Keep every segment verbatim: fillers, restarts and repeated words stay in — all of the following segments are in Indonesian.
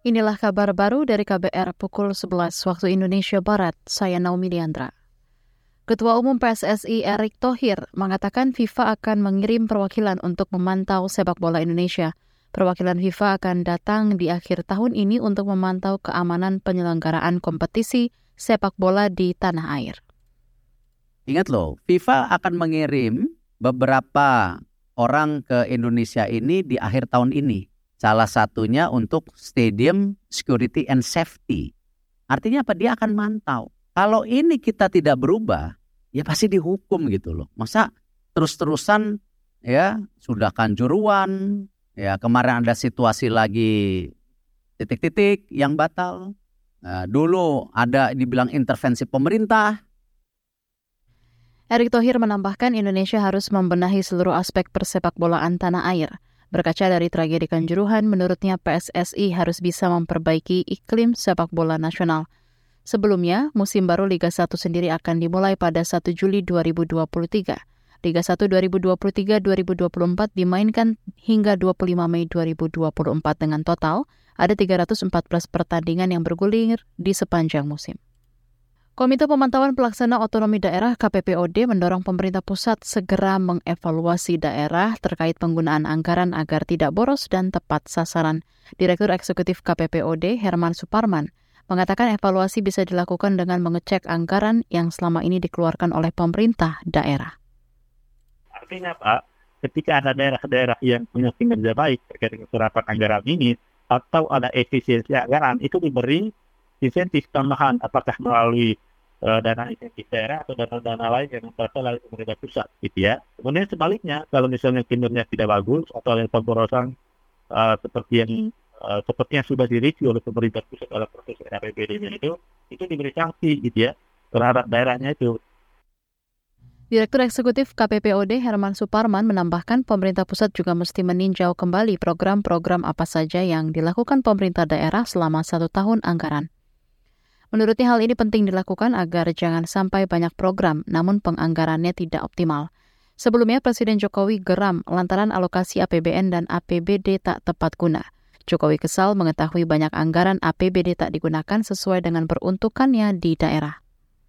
Inilah kabar baru dari K B R pukul sebelas waktu Indonesia Barat. Saya Naomi Liandra. Ketua Umum P S S I Erick Thohir mengatakan FIFA akan mengirim perwakilan untuk memantau sepak bola Indonesia. Perwakilan FIFA akan datang di akhir tahun ini untuk memantau keamanan penyelenggaraan kompetisi sepak bola di tanah air. Ingat loh, FIFA akan mengirim beberapa orang ke Indonesia ini di akhir tahun ini. Salah satunya untuk Stadium Security and Safety. Artinya apa? Dia akan mantau. Kalau ini kita tidak berubah, ya pasti dihukum gitu loh. Masa terus-terusan ya sudah kanjuruan, ya kemarin ada situasi lagi titik-titik yang batal. Nah, dulu ada dibilang intervensi pemerintah. Erick Thohir menambahkan Indonesia harus membenahi seluruh aspek persepakbolaan tanah air. Berkaca dari tragedi Kanjuruhan, menurutnya P S S I harus bisa memperbaiki iklim sepak bola nasional. Sebelumnya, musim baru Liga satu sendiri akan dimulai pada satu Juli dua ribu dua puluh tiga. Liga satu dua ribu dua puluh tiga dua ribu dua puluh empat dimainkan hingga dua puluh lima Mei dua ribu dua puluh empat dengan total ada tiga ratus empat belas pertandingan yang bergulir di sepanjang musim. Komite Pemantauan Pelaksana Otonomi Daerah K P P O D mendorong pemerintah pusat segera mengevaluasi daerah terkait penggunaan anggaran agar tidak boros dan tepat sasaran. Direktur Eksekutif K P P O D Herman Suparman mengatakan evaluasi bisa dilakukan dengan mengecek anggaran yang selama ini dikeluarkan oleh pemerintah daerah. Artinya Pak, ketika ada daerah-daerah yang punya kinerja baik terkait dengan serapan anggaran ini atau ada efisiensi anggaran, itu diberi insentif tambahan apakah melalui uh, dana insentif daerah atau dana-dana lain yang berasal dari pemerintah pusat gitu ya. Kemudian sebaliknya kalau misalnya kinerja tidak bagus atau ada pemborosan uh, seperti yang uh, seperti yang sudah direview oleh pemerintah pusat dalam proses R A P B D-nya itu itu diberi sanksi gitu ya terhadap daerahnya itu. Direktur Eksekutif K P P O D Herman Suparman menambahkan pemerintah pusat juga mesti meninjau kembali program-program apa saja yang dilakukan pemerintah daerah selama satu tahun anggaran. Menurutnya hal ini penting dilakukan agar jangan sampai banyak program namun penganggarannya tidak optimal. Sebelumnya Presiden Jokowi geram lantaran alokasi A P B N dan A P B D tak tepat guna. Jokowi kesal mengetahui banyak anggaran A P B D tak digunakan sesuai dengan peruntukannya di daerah.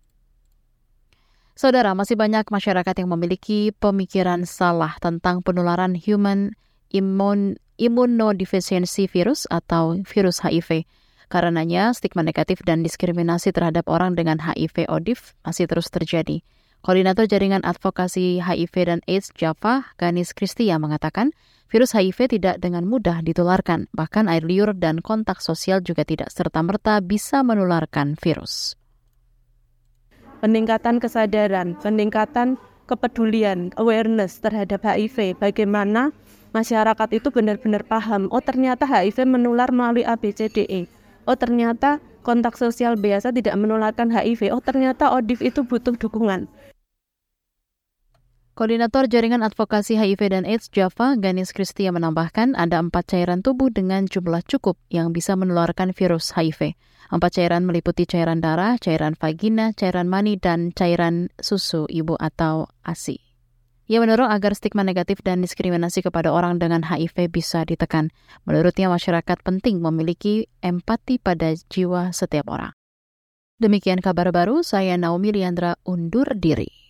Saudara, masih banyak masyarakat yang memiliki pemikiran salah tentang penularan human immune, immunodeficiency virus atau virus H I V. Karenanya, stigma negatif dan diskriminasi terhadap orang dengan H I V O D I F masih terus terjadi. Koordinator Jaringan Advokasi H I V dan AIDS Java, Ganis Kristia mengatakan, virus H I V tidak dengan mudah ditularkan, bahkan air liur dan kontak sosial juga tidak serta-merta bisa menularkan virus. Peningkatan kesadaran, peningkatan kepedulian, awareness terhadap H I V, bagaimana masyarakat itu benar-benar paham, oh ternyata H I V menular melalui A B C D E. Oh ternyata kontak sosial biasa tidak menularkan H I V. Oh ternyata O D I F itu butuh dukungan. Koordinator Jaringan Advokasi H I V dan AIDS Java, Ganis Kristia menambahkan ada empat cairan tubuh dengan jumlah cukup yang bisa menularkan virus H I V. Empat cairan meliputi cairan darah, cairan vagina, cairan mani, dan cairan susu ibu atau A S I. Ia mendorong agar stigma negatif dan diskriminasi kepada orang dengan H I V bisa ditekan. Menurutnya masyarakat penting memiliki empati pada jiwa setiap orang. Demikian kabar baru, saya Naomi Liandra undur diri.